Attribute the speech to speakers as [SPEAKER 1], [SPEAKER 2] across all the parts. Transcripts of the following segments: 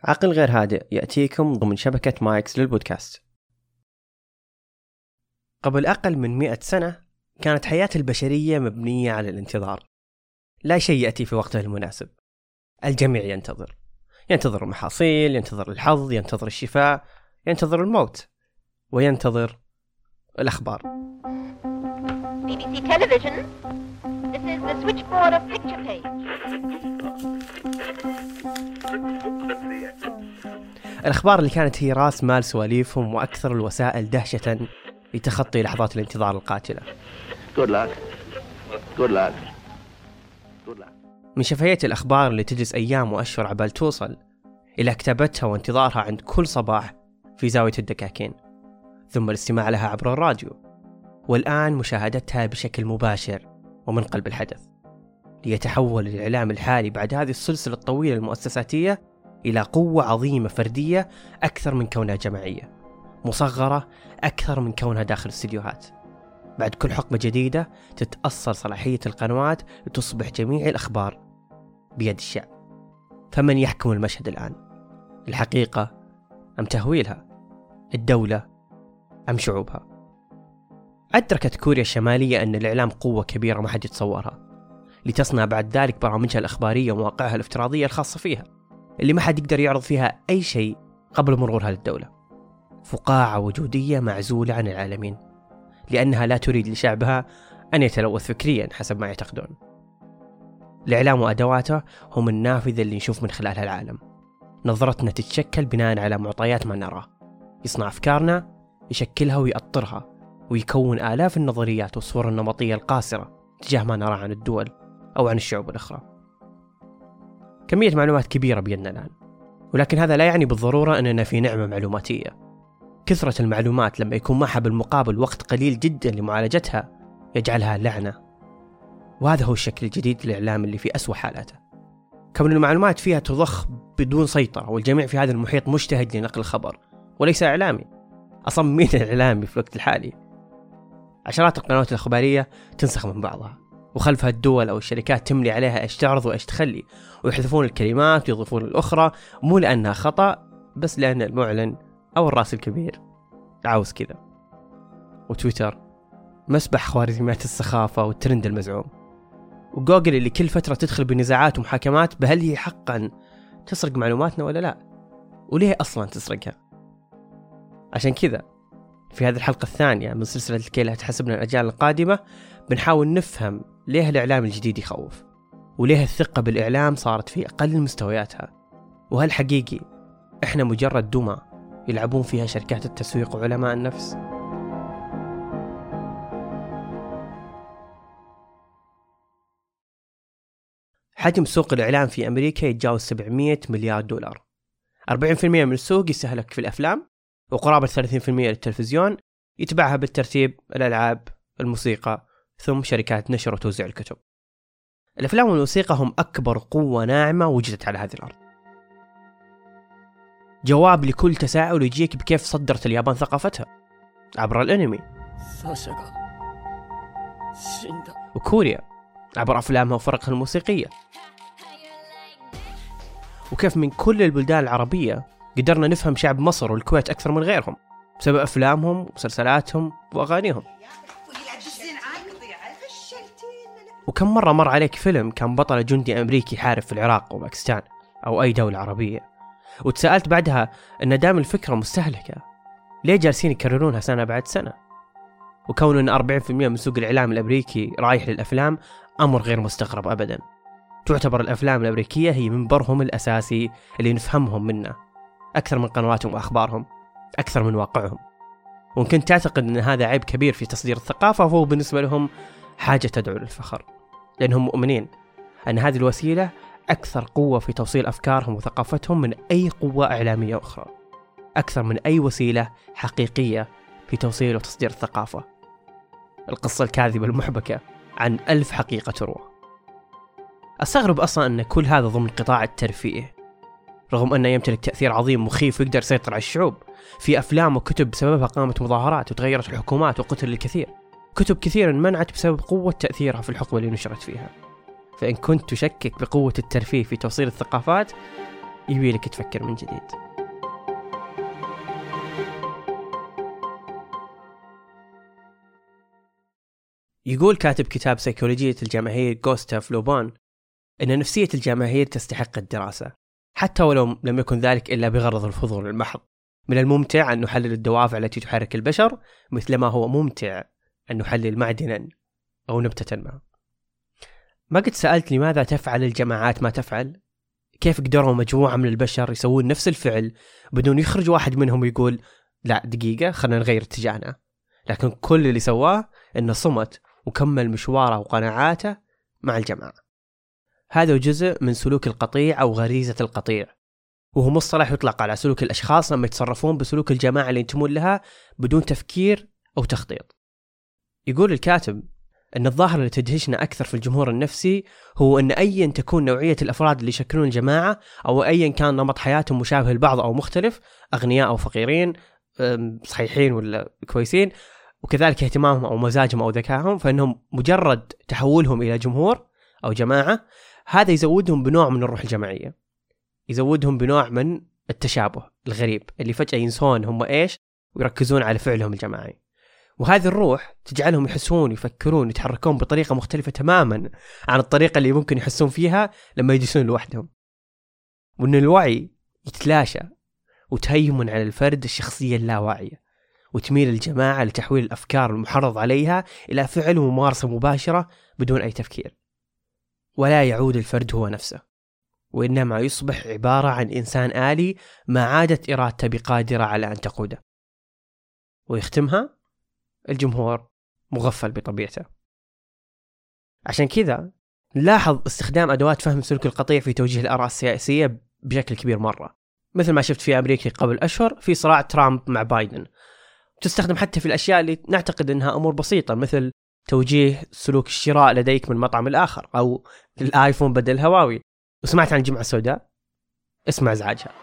[SPEAKER 1] عقل غير هادئ يأتيكم ضمن شبكة مايكس للبودكاست. قبل أقل من 100 سنة كانت حياة البشرية مبنية على الانتظار. لا شيء يأتي في وقته المناسب. الجميع ينتظر المحاصيل، ينتظر الحظ، ينتظر الشفاء، ينتظر الموت، وينتظر الأخبار.
[SPEAKER 2] BBC Television. This is the switchboard of picture page.
[SPEAKER 1] الأخبار اللي كانت هي رأس مال سواليفهم وأكثر الوسائل دهشة لتخطي لحظات الانتظار القاتلة.
[SPEAKER 3] Good luck. Good luck. Good luck.
[SPEAKER 1] من شفهية الأخبار اللي تجلس أيام وأشهر عبال توصل إلى كتابتها وانتظارها عند كل صباح في زاوية الدكاكين، ثم الاستماع لها عبر الراديو، والآن مشاهدتها بشكل مباشر ومن قلب الحدث، ليتحول الإعلام الحالي بعد هذه السلسلة الطويلة المؤسساتية إلى قوة عظيمة فردية أكثر من كونها جماعية، مصغرة أكثر من كونها داخل استديوهات. بعد كل حقبة جديدة تتأصل صلاحية القنوات لتصبح جميع الأخبار بيد الشعب. فمن يحكم المشهد الآن؟ الحقيقة أم تهويلها؟ الدولة أم شعوبها؟ أدركت كوريا الشمالية أن الإعلام قوة كبيرة ما حد يتصورها، لتصنع بعد ذلك برامجها الإخبارية ومواقعها الافتراضية الخاصة فيها، اللي ما حد يقدر يعرض فيها أي شيء قبل مرورها للدولة. فقاعة وجودية معزولة عن العالمين، لأنها لا تريد لشعبها أن يتلوث فكريا حسب ما يعتقدون. الإعلام وأدواته هم النافذة اللي نشوف من خلالها العالم. نظرتنا تتشكل بناء على معطيات ما نراه، يصنع أفكارنا، يشكلها ويأطرها، ويكون آلاف النظريات والصور النمطية القاصرة تجاه ما نراه عن الدول أو عن الشعوب الأخرى. كمية معلومات كبيرة بيدنا الآن، ولكن هذا لا يعني بالضرورة أننا في نعمة معلوماتية. كثرة المعلومات لما يكون معها بالمقابل وقت قليل جدا لمعالجتها يجعلها لعنة، وهذا هو الشكل الجديد للإعلام اللي في أسوأ حالاته. كون المعلومات فيها تضخ بدون سيطرة، والجميع في هذا المحيط مجتهد لنقل الخبر وليس إعلامي. أصلا مين الإعلامي في الوقت الحالي؟ عشرات القنوات الإخبارية تنسخ من بعضها، وخلفها الدول أو الشركات تملي عليها إيش تعرض وإيش تخلي، ويحذفون الكلمات ويضيفون الأخرى، مو لأنها خطأ، بس لأن المعلن أو الرأس الكبير عاوز كذا. وتويتر مسبح خوارزميات السخافة والترند المزعوم، وجوجل اللي كل فترة تدخل بنزاعات ومحاكمات بهل هي حقا تسرق معلوماتنا ولا لا، وليه أصلا تسرقها. عشان كذا في هذه الحلقة الثانية من سلسلة لكي لا تحسبنا الأجيال القادمة بنحاول نفهم ليه الإعلام الجديد يخوف، وليه الثقة بالإعلام صارت في أقل مستوياتها، وهل حقيقي إحنا مجرد دمى يلعبون فيها شركات التسويق وعلماء النفس؟ حجم سوق الإعلام في أمريكا يتجاوز 700 مليار دولار. 40% من السوق يستهلك في الأفلام، وقرابة 30% للتلفزيون، يتبعها بالترتيب الألعاب، الموسيقى، ثم شركات نشر وتوزيع الكتب. الأفلام والموسيقى هم أكبر قوة ناعمة وجدت على هذه الأرض. جواب لكل تساؤل يجيك بكيف صدرت اليابان ثقافتها عبر الأنمي، وكوريا عبر أفلامها وفرقها الموسيقية، وكيف من كل البلدان العربية قدرنا نفهم شعب مصر والكويت أكثر من غيرهم بسبب أفلامهم ومسلسلاتهم وأغانيهم. وكم مرة مر عليك فيلم كان بطل جندي أمريكي حارب في العراق وباكستان أو أي دولة عربية، وتسألت بعدها أن دام الفكرة مستهلكة ليه جالسين يكررونها سنة بعد سنة؟ وكون أن 40% من سوق الإعلام الأمريكي رايح للأفلام أمر غير مستغرب أبدا. تعتبر الأفلام الأمريكية هي منبرهم الأساسي اللي نفهمهم منه أكثر من قنواتهم وأخبارهم، أكثر من واقعهم. وإن كنت تعتقد أن هذا عيب كبير في تصدير الثقافة، فهو بالنسبة لهم حاجة تدعو للفخر، لأنهم مؤمنين أن هذه الوسيلة أكثر قوة في توصيل أفكارهم وثقافتهم من أي قوة إعلامية أخرى، أكثر من أي وسيلة حقيقية في توصيل وتصدير الثقافة. القصة الكاذبة المحبكة عن 1000 حقيقة تروى. أستغرب أصلا أن كل هذا ضمن قطاع الترفيه، رغم أنه يمتلك تأثير عظيم مخيف ويقدر يسيطر على الشعوب. في أفلام وكتب بسببها قامت مظاهرات وتغيرت الحكومات وقتل الكثير، كتب كثير انمنعت بسبب قوة تأثيرها في الحقبة اللي نشرت فيها. فإن كنت تشكك بقوة الترفيه في توصيل الثقافات، يبيلك تفكر من جديد. يقول كاتب كتاب سيكولوجية الجماهير غوستاف لوبان إن نفسية الجماهير تستحق الدراسة، حتى ولو لم يكن ذلك إلا بغرض الفضول المحض. من الممتع أن نحلل الدوافع التي تحرك البشر، مثلما هو ممتع أن نحلل معدنا أو نبتة ما قد سألت لماذا تفعل الجماعات ما تفعل؟ كيف قدروا مجموعة من البشر يسوون نفس الفعل بدون يخرج واحد منهم يقول لا دقيقة خلنا نغير اتجاهنا؟ لكن كل اللي سواه إنه صمت وكمل مشواره وقناعاته مع الجماعة. هذا جزء من سلوك القطيع أو غريزة القطيع، وهو مصطلح يطلق على سلوك الأشخاص لما يتصرفون بسلوك الجماعة اللي ينتمون لها بدون تفكير أو تخطيط. يقول الكاتب أن الظاهرة اللي تدهشنا أكثر في الجمهور النفسي هو أن أيا تكون نوعية الأفراد اللي يشكلون الجماعة، أو أيا كان نمط حياتهم مشابه لبعض أو مختلف، أغنياء أو فقيرين، صحيحين ولا كويسين، وكذلك اهتمامهم أو مزاجهم أو ذكائهم، فإنهم مجرد تحولهم إلى جمهور أو جماعة هذا يزودهم بنوع من الروح الجماعية، يزودهم بنوع من التشابه الغريب اللي فجأة ينسون هم إيش ويركزون على فعلهم الجماعي. وهذه الروح تجعلهم يحسون يفكرون يتحركون بطريقة مختلفة تماما عن الطريقة اللي ممكن يحسون فيها لما يجلسون لوحدهم. وأن الوعي يتلاشى وتهيمن على الفرد الشخصية اللاواعية، وتميل الجماعة لتحويل الأفكار المحرض عليها إلى فعل وممارسة مباشرة بدون أي تفكير. ولا يعود الفرد هو نفسه، وإنما يصبح عبارة عن إنسان آلي ما عادت إرادته بقادرة على أن تقوده. ويختمها الجمهور مغفل بطبيعته. عشان كذا نلاحظ استخدام أدوات فهم سلوك القطيع في توجيه الآراء السياسية بشكل كبير مرة، مثل ما شفت في أمريكا قبل أشهر في صراع ترامب مع بايدن. تستخدم حتى في الأشياء اللي نعتقد أنها أمور بسيطة، مثل توجيه سلوك الشراء لديك من مطعم الآخر، أو الآيفون بدل هواوي. وسمعت عن الجمعة السوداء؟ اسمع ازعاجها.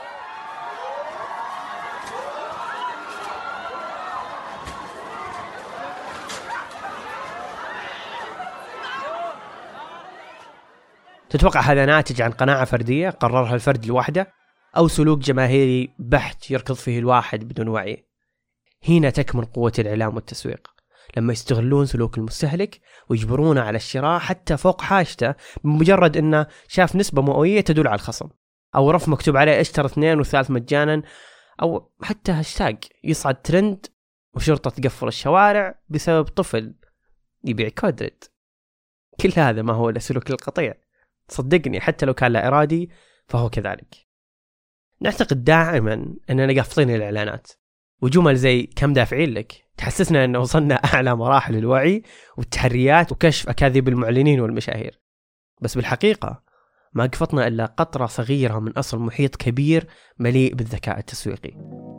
[SPEAKER 1] تتوقع هذا ناتج عن قناعة فردية قررها الفرد لوحده، أو سلوك جماهيري بحت يركض فيه الواحد بدون وعي؟ هنا تكمن قوة الإعلام والتسويق، لما يستغلون سلوك المستهلك ويجبرونه على الشراء حتى فوق حاجته بمجرد أنه شاف نسبة مئوية تدل على الخصم، أو رف مكتوب عليه اشترى 2 والثالث مجانا، أو حتى هاشتاج يصعد ترند وشرطة تقفل الشوارع بسبب طفل يبيع كودريد. كل هذا ما هو لسلوك القطيع، صدقني حتى لو كان لا إرادي فهو كذلك. نعتقد دائما أننا قافلين الإعلانات وجمل زي كم دافعين لك تحسسنا أن وصلنا أعلى مراحل الوعي والتحريات وكشف أكاذيب المعلنين والمشاهير، بس بالحقيقة ما قفطنا إلا قطرة صغيرة من أصل محيط كبير مليء بالذكاء التسويقي.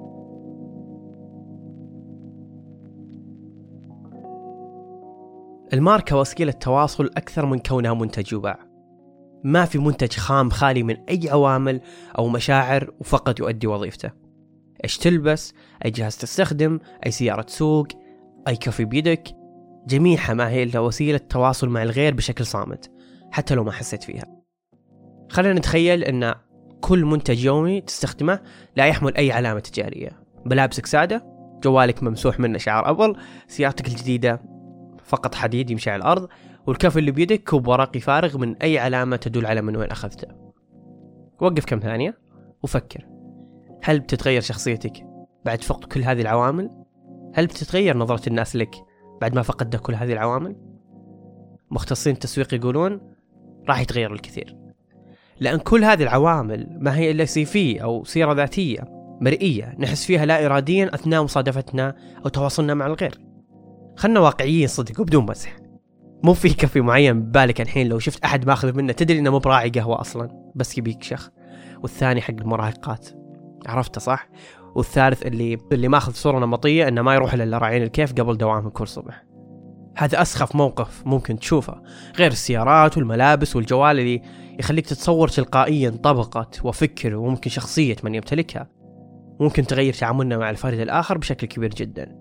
[SPEAKER 1] الماركة وسيلة تواصل أكثر من كونها منتج يباع. ما في منتج خام خالي من أي عوامل أو مشاعر وفقط يؤدي وظيفته. إيش تلبس، أي جهاز تستخدم، أي سيارة تسوق، أي كوفي بيدك، جميعها ما هي إلا وسيلة تواصل مع الغير بشكل صامت حتى لو ما حسيت فيها. خلينا نتخيل أن كل منتج يومي تستخدمه لا يحمل أي علامة تجارية. ملابسك سادة، جوالك ممسوح منه شعار أبل، سيارتك الجديدة فقط حديد يمشي على الأرض، والكوفي اللي بيدك كوب ورقي فارغ من أي علامة تدل على من وين أخذته. وقف كم ثانية وفكر، هل بتتغير شخصيتك بعد فقد كل هذه العوامل؟ هل بتتغير نظرة الناس لك بعد ما فقدت كل هذه العوامل؟ مختصين التسويق يقولون راح يتغير الكثير، لأن كل هذه العوامل ما هي إلا سيفية أو سيرة ذاتية مرئية نحس فيها لا إراديا أثناء مصادفتنا أو تواصلنا مع الغير. خلنا واقعيين صدق وبدون مسح. مو في كافي معين ببالك الحين لو شفت أحد ماخذ منه تدري إنه مو براعي قهوة أصلا بس يبيك شخ، والثاني حق المراهقات عرفته صح، والثالث اللي ماخذ صورة نمطية إنه ما يروح إلا راعين الكيف قبل دوامه كل صبح. هذا أسخف موقف ممكن تشوفه، غير السيارات والملابس والجوال اللي يخليك تتصور تلقائيا طبقة وفكر وممكن شخصية من يمتلكها. ممكن تغير تعاملنا مع الفرد الآخر بشكل كبير جدا.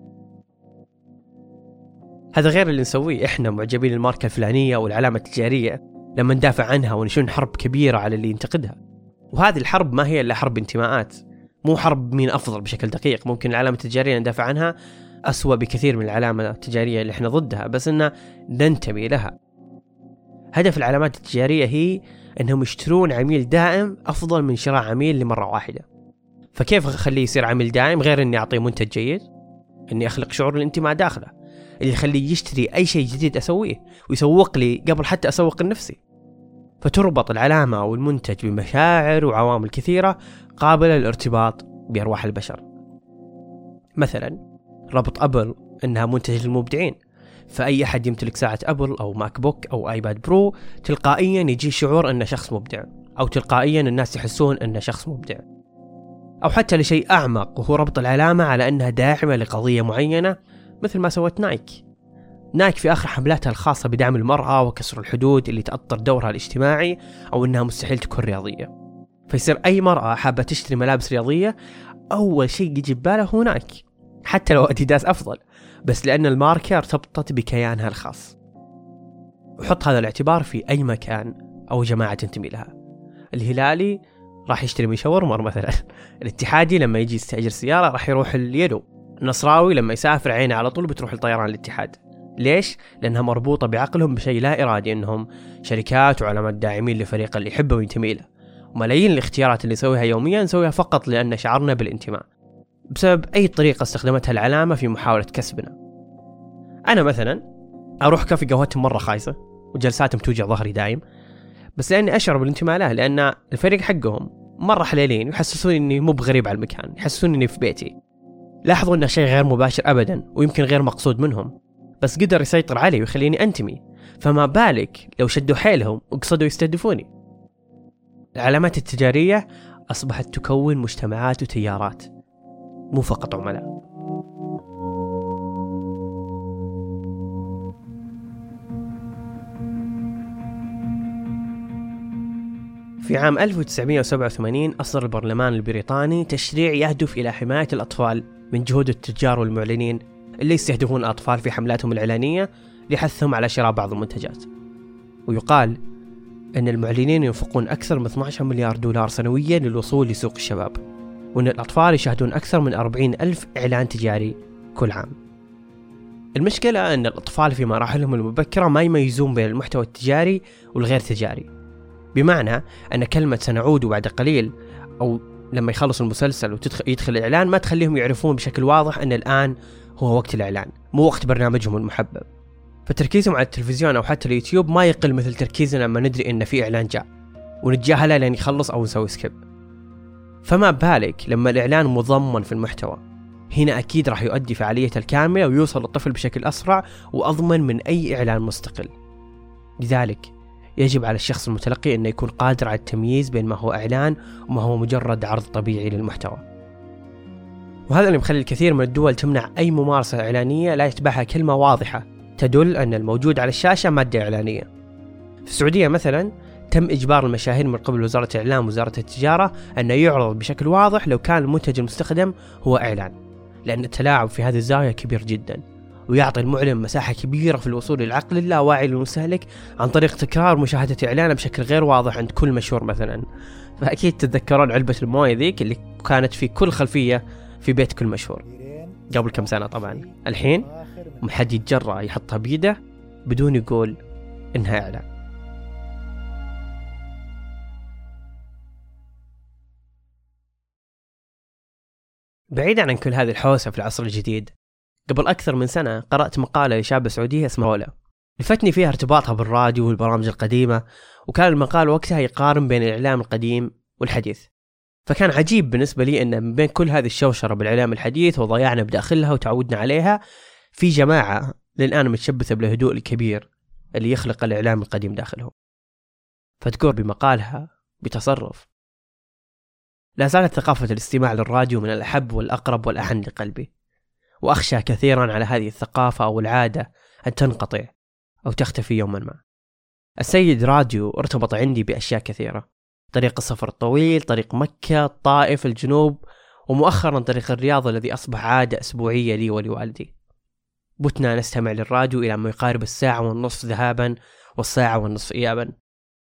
[SPEAKER 1] هذا غير اللي نسويه إحنا معجبين الماركة الفلانية والعلامة التجارية لما ندافع عنها ونشون حرب كبيرة على اللي ينتقدها. وهذه الحرب ما هي إلا حرب انتماءات، مو حرب مين أفضل بشكل دقيق. ممكن العلامة التجارية ندافع عنها أسوأ بكثير من العلامة التجارية اللي احنا ضدها، بس إننا ننتمي لها. هدف العلامات التجارية هي أنهم يشترون عميل دائم أفضل من شراء عميل لمرة واحدة. فكيف أخليه يصير عميل دائم غير أني أعطيه منتج جيد؟ أني أخلق شعور الانتماء داخله اللي يخليه يشتري أي شيء جديد أسويه ويسوق لي قبل حتى أسوق لنفسي. فتربط العلامة أو المنتج بمشاعر وعوامل كثيرة قابلة للارتباط بأرواح البشر. مثلا ربط أبل أنها منتج للمبدعين، فأي أحد يمتلك ساعة أبل أو ماك بوك أو آيباد برو تلقائيا يجي شعور أنه شخص مبدع، أو تلقائيا الناس يحسون أنه شخص مبدع. أو حتى لشيء أعمق، وهو ربط العلامة على أنها داعمة لقضية معينة، مثل ما سوت نايك في آخر حملاتها الخاصة بدعم المرأة وكسر الحدود اللي تأطر دورها الاجتماعي، أو أنها مستحيل تكون رياضية. فيصير أي مرأة حابة تشتري ملابس رياضية أول شيء يجي بباله هو نايك، حتى لو أديداس أفضل، بس لأن الماركة ارتبطت بكيانها الخاص. وحط هذا الاعتبار في أي مكان أو جماعة تنتمي لها. الهلالي راح يشتري من شاورما مثلا، الاتحادي لما يجي يستأجر سيارة راح يروح اليدو، النصراوي لما يسافر عينه على طول بتروح الطيران الاتحاد. ليش؟ لأنها مربوطة بعقلهم بشيء لا إرادي، أنهم شركات وعلامات داعمين لفريق اللي يحبه وينتمي له. وملايين الاختيارات اللي نسويها يوميا نسويها فقط لأن شعرنا بالانتماء، بسبب أي طريقة استخدمتها العلامة في محاولة كسبنا. أنا مثلا أروح كافي قهوتهم مرة خايسة وجلساتهم توجع ظهري دايم، بس لأني أشعر بالانتماء له، لأن الفريق حقهم مرة حليلين ويحسسوني إني مو بغريب على المكان، يحسسوني إني في بيتي. لاحظوا إنه شيء غير مباشر أبدا ويمكن غير مقصود منهم، بس قدر يسيطر علي ويخليني أنتمي. فما بالك لو شدوا حيلهم وقصدوا يستهدفوني. العلامات التجارية أصبحت تكون مجتمعات وتيارات، مو فقط عملاء. في عام 1987 أصدر البرلمان البريطاني تشريع يهدف إلى حماية الأطفال من جهود التجار والمعلنين اللي يستهدفون الأطفال في حملاتهم الإعلانية لحثهم على شراء بعض المنتجات. ويقال أن المعلنين ينفقون أكثر من 12 مليار دولار سنويا للوصول لسوق الشباب، وأن الأطفال يشاهدون أكثر من 40,000 إعلان تجاري كل عام. المشكلة أن الأطفال في مراحلهم المبكرة ما يميزون بين المحتوى التجاري والغير تجاري، بمعنى أن كلمة سنعود بعد قليل أو لما يخلص المسلسل ويدخل الإعلان ما تخليهم يعرفون بشكل واضح أن الآن هو وقت الإعلان، مو وقت برنامجهم المحبب. فتركيزهم على التلفزيون أو حتى اليوتيوب ما يقل مثل تركيزنا لما ندري أن في إعلان جاء ونتجاهله لين يخلص أو نسوي سكيب. فما بالك لما الإعلان مضمن في المحتوى، هنا أكيد راح يؤدي فعالية الكاملة ويوصل للطفل بشكل أسرع وأضمن من أي إعلان مستقل. لذلك يجب على الشخص المتلقي أن يكون قادر على التمييز بين ما هو إعلان وما هو مجرد عرض طبيعي للمحتوى. وهذا اللي مخلي الكثير من الدول تمنع أي ممارسة إعلانية لا يتبعها كلمة واضحة تدل أن الموجود على الشاشة مادة إعلانية. في السعودية مثلا تم إجبار المشاهير من قبل وزارة الإعلام ووزارة التجارة أن يعرض بشكل واضح لو كان المنتج المستخدم هو إعلان، لأن التلاعب في هذه الزاوية كبير جدا، ويعطي المعلن مساحة كبيرة في الوصول للعقل اللاواعي للمستهلك عن طريق تكرار مشاهدة إعلانه بشكل غير واضح عند كل مشهور مثلا. فأكيد تتذكرون علبة الموية ذيك اللي كانت في كل خلفية في بيت كل مشهور قبل كم سنة. طبعا الحين محد يتجرأ يحطها بيده بدون يقول إنها إعلان. بعيدا عن كل هذه الحوسة في العصر الجديد، قبل أكثر من سنة قرأت مقالة لشابة سعودية اسمها ولا، لفتني فيها ارتباطها بالراديو والبرامج القديمة، وكان المقال وقتها يقارن بين الإعلام القديم والحديث. فكان عجيب بالنسبة لي أن من بين كل هذه الشوشرة بالإعلام الحديث وضيعنا بداخلها وتعودنا عليها، في جماعة للآن متشبثة بالهدوء الكبير اللي يخلق الإعلام القديم داخلهم. فتقول بمقالها بتصرف: لا زالت ثقافة الاستماع للراديو من الأحب والأقرب والأحن لقلبي، وأخشى كثيرا على هذه الثقافة أو العادة أن تنقطع أو تختفي يوما ما. السيد راديو ارتبط عندي بأشياء كثيرة: طريق السفر الطويل، طريق مكة، الطائف، الجنوب، ومؤخرا طريق الرياض الذي أصبح عادة أسبوعية لي ولوالدي. بتنا نستمع للراديو إلى ما يقارب 1.5 ساعة ذهابا و1.5 ساعة إيابا.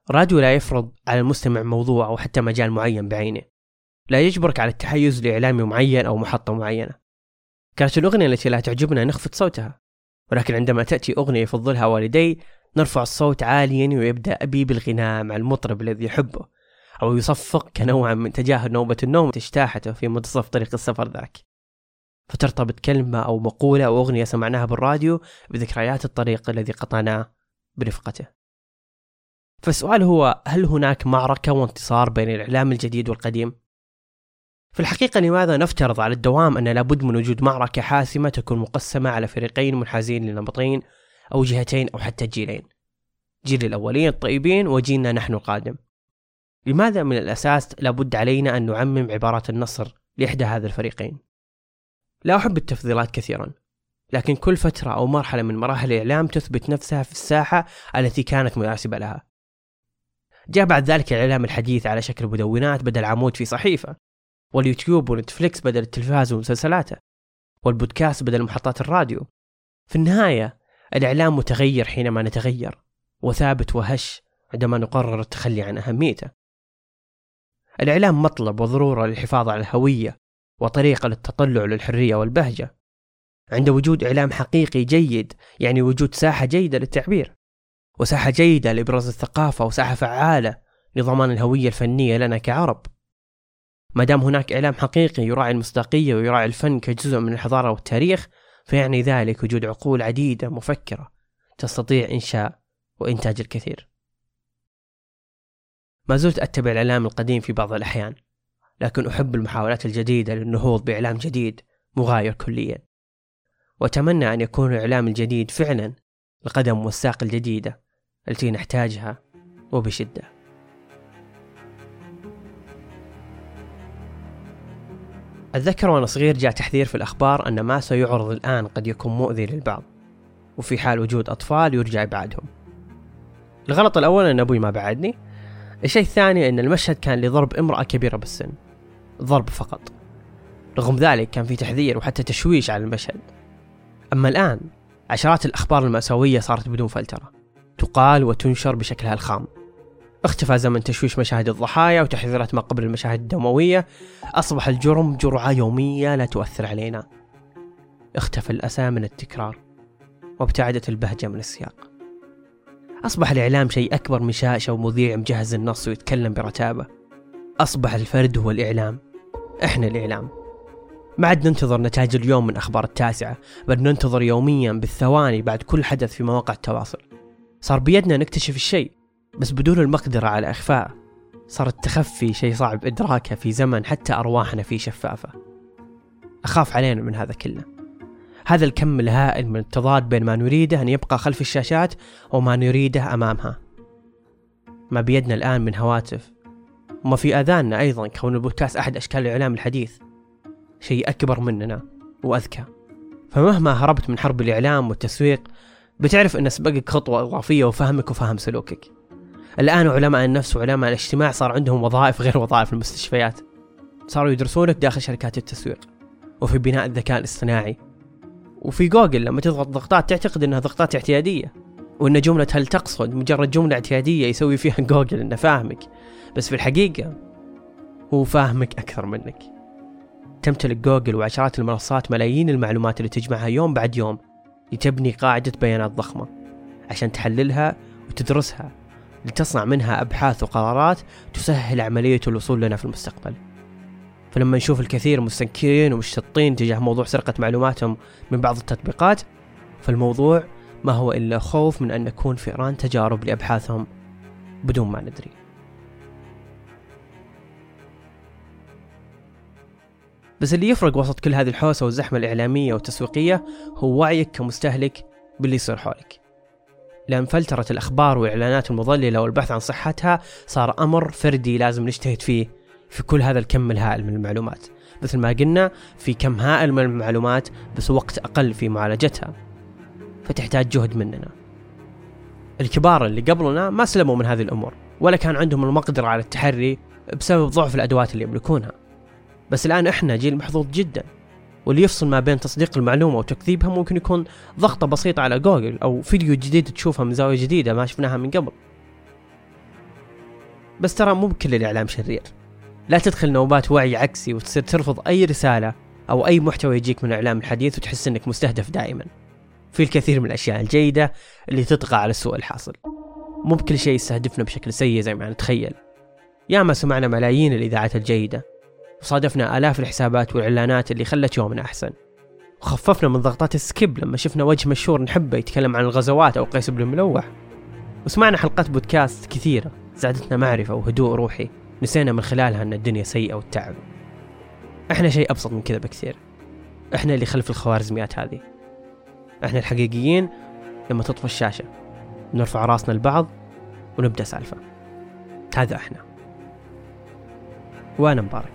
[SPEAKER 1] الراديو لا يفرض على المستمع موضوع أو حتى مجال معين بعينه، لا يجبرك على التحيز لإعلامي معين أو محطة معينة. كانت الأغنية التي لا تعجبنا نخفض صوتها، ولكن عندما تأتي أغنية يفضلها والدي نرفع الصوت عاليا ويبدأ أبي بالغناء مع المطرب الذي يحبه، أو يصفق كنوعا من تجاهل نوبة النوم اجتاحته في منتصف طريق السفر ذاك. فترتبط كلمة أو مقولة أو أغنية سمعناها بالراديو بذكريات الطريق الذي قطعناه برفقته. فالسؤال هو: هل هناك معركة وانتصار بين الإعلام الجديد والقديم؟ في الحقيقة لماذا نفترض على الدوام أن لابد من وجود معركة حاسمة تكون مقسمة على فريقين منحازين لنمطين أو جهتين أو حتى جيلين، جيل الأولين الطيبين وجيلنا نحن القادم؟ لماذا من الأساس لابد علينا أن نعمم عبارات النصر لإحدى هذا الفريقين؟ لا أحب التفضيلات كثيرا، لكن كل فترة أو مرحلة من مراحل الإعلام تثبت نفسها في الساحة التي كانت مناسبة لها. جاء بعد ذلك الإعلام الحديث على شكل مدونات بدل عمود في صحيفة، واليوتيوب ونتفليكس بدل التلفاز ومسلسلاته، والبودكاست بدل محطات الراديو. في النهاية الإعلام متغير حينما نتغير، وثابت وهش عندما نقرر التخلي عن أهميته. الإعلام مطلب وضرورة للحفاظ على الهوية وطريقة للتطلع للحرية والبهجة. عند وجود إعلام حقيقي جيد يعني وجود ساحة جيدة للتعبير، وساحة جيدة لإبراز الثقافة، وساحة فعالة لضمان الهوية الفنية لنا كعرب. ما دام هناك إعلام حقيقي يراعي المصداقية ويراعي الفن كجزء من الحضارة والتاريخ، فيعني ذلك وجود عقول عديدة مفكرة تستطيع إنشاء وإنتاج الكثير. ما زلت أتبع الإعلام القديم في بعض الأحيان، لكن أحب المحاولات الجديدة للنهوض بإعلام جديد مغاير كليا، وأتمنى أن يكون الإعلام الجديد فعلا القدم والساق الجديدة التي نحتاجها وبشدة. أتذكر وأنا صغير جاء تحذير في الأخبار أن ما سيعرض الآن قد يكون مؤذي للبعض، وفي حال وجود أطفال يرجى إبعادهم. الغلط الأول أن أبوي ما بعدني. الشيء الثاني أن المشهد كان لضرب امرأة كبيرة بالسن، ضرب فقط. رغم ذلك كان في تحذير وحتى تشويش على المشهد. أما الآن عشرات الأخبار المأساوية صارت بدون فلترة، تقال وتنشر بشكلها الخام. اختفى زمن تشويش مشاهد الضحايا وتحذيرات ما قبل المشاهد الدموية، أصبح الجرم جرعة يومية لا تؤثر علينا. اختفى الأسى من التكرار، وابتعدت البهجة من السياق. أصبح الإعلام شيء أكبر من شاشة ومذيع مجهز النص ويتكلم برتابة. أصبح الفرد هو الإعلام، إحنا الإعلام. ما عاد ننتظر نتائج اليوم من أخبار 9، بل ننتظر يوميا بالثواني بعد كل حدث في مواقع التواصل. صار بيدنا نكتشف الشيء بس بدون المقدرة على إخفاء. صار التخفي شيء صعب إدراكه في زمن حتى أرواحنا فيه شفافة. أخاف علينا من هذا كله، هذا الكم الهائل من التضاد بين ما نريده أن يبقى خلف الشاشات وما نريده أمامها. ما بيدنا الآن من هواتف، وما في آذاننا أيضا، كون البودكاست أحد أشكال الإعلام الحديث، شيء أكبر مننا وأذكى. فمهما هربت من حرب الإعلام والتسويق، بتعرف أن سبقك خطوة إضافية وفهمك وفهم سلوكك. الآن علماء النفس وعلماء الاجتماع صار عندهم وظائف غير وظائف المستشفيات، صاروا يدرسونك داخل شركات التسويق، وفي بناء الذكاء الاصطناعي، وفي جوجل لما تضغط ضغطات تعتقد أنها ضغطات اعتيادية، وأن جملة هل تقصد مجرد جملة اعتيادية يسوي فيها جوجل أنه فاهمك، بس في الحقيقة هو فاهمك أكثر منك. تمتلك جوجل وعشرات المنصات ملايين المعلومات اللي تجمعها يوم بعد يوم لتبني قاعدة بيانات ضخمة عشان تحللها وتدرسها لتصنع منها أبحاث وقرارات تسهل عملية الوصول لنا في المستقبل. فلما نشوف الكثير مستنكرين ومشتطين تجاه موضوع سرقة معلوماتهم من بعض التطبيقات، فالموضوع ما هو إلا خوف من أن نكون فئران تجارب لأبحاثهم بدون ما ندري. بس اللي يفرق وسط كل هذه الحوسة والزحمة الإعلامية والتسويقية هو وعيك كمستهلك باللي يصير حولك. لأن فلترة الأخبار والإعلانات المضللة والبحث عن صحتها صار أمر فردي لازم نجتهد فيه في كل هذا الكم الهائل من المعلومات. مثل ما قلنا، في كم هائل من المعلومات بس وقت أقل في معالجتها، فتحتاج جهد مننا. الكبار اللي قبلنا ما سلموا من هذه الأمور ولا كان عندهم المقدرة على التحري بسبب ضعف الأدوات اللي يملكونها. بس الآن إحنا جيل محظوظ جدا، واللي يفصل ما بين تصديق المعلومة وتكذيبها ممكن يكون ضغطة بسيطة على جوجل أو فيديو جديد تشوفها من زاوية جديدة ما شفناها من قبل. بس ترى مو بكل الإعلام شرير. لا تدخل نوبات وعي عكسي وتصير ترفض أي رسالة أو أي محتوى يجيك من الإعلام الحديث وتحس أنك مستهدف دائما. في الكثير من الأشياء الجيدة اللي تطغى على السوء الحاصل. مو بكل شيء يستهدفنا بشكل سيء زي ما نتخيل. ياما سمعنا ملايين الإذاعات الجيدة وصادفنا آلاف الحسابات والإعلانات اللي خلت يومنا أحسن، وخففنا من ضغطات السكيب لما شفنا وجه مشهور نحبه يتكلم عن الغزوات أو قيس بن الملوح، وسمعنا حلقات بودكاست كثيرة زادتنا معرفة وهدوء روحي نسينا من خلالها أن الدنيا سيئة والتعب. إحنا شيء أبسط من كذا بكثير. إحنا اللي خلف الخوارزميات هذه. إحنا الحقيقيين لما تطفى الشاشة نرفع راسنا لبعض ونبدأ سالفة. هذا إحنا. وأنا مبارك.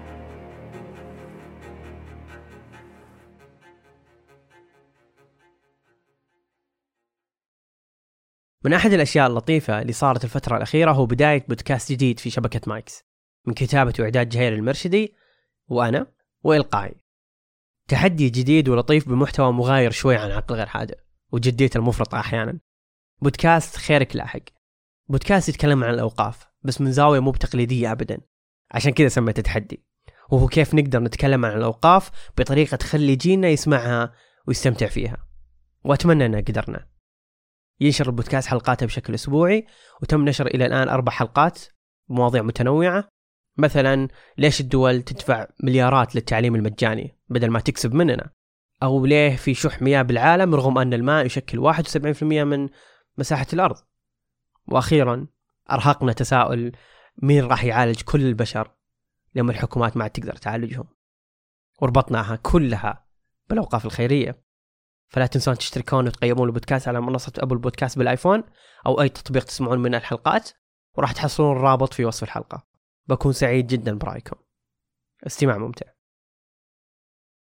[SPEAKER 1] من أحد الأشياء اللطيفة اللي صارت الفترة الأخيرة هو بداية بودكاست جديد في شبكة مايكس من كتابة وإعداد جهير المرشدي وأنا وإلقائي. تحدي جديد ولطيف بمحتوى مغاير شوي عن عقل غير حادر وجدية المفرطة أحيانا. بودكاست خيرك لاحق. بودكاست يتكلم عن الأوقاف بس من زاوية مو بتقليدية أبدا، عشان كذا سميته تحدي. وهو كيف نقدر نتكلم عن الأوقاف بطريقة تخلي جيلنا يسمعها ويستمتع فيها، وأتمنى أننا قدرنا. ينشر البودكاست حلقاته بشكل أسبوعي، وتم نشر إلى الآن 4 حلقات بمواضيع متنوعة، مثلا ليش الدول تدفع مليارات للتعليم المجاني بدل ما تكسب مننا، أو ليه في شح مياه بالعالم رغم أن الماء يشكل 71% من مساحة الأرض. وأخيرا أرهقنا تساؤل مين راح يعالج كل البشر لما الحكومات ما تقدر تعالجهم، وربطناها كلها بالأوقاف الخيرية. فلا تنسون تشتركون وتقيمون البودكاست على منصة أبل بودكاست بالآيفون أو أي تطبيق تسمعون من الحلقات، وراح تحصلون الرابط في وصف الحلقة. بكون سعيد جدا برأيكم. استماع ممتع.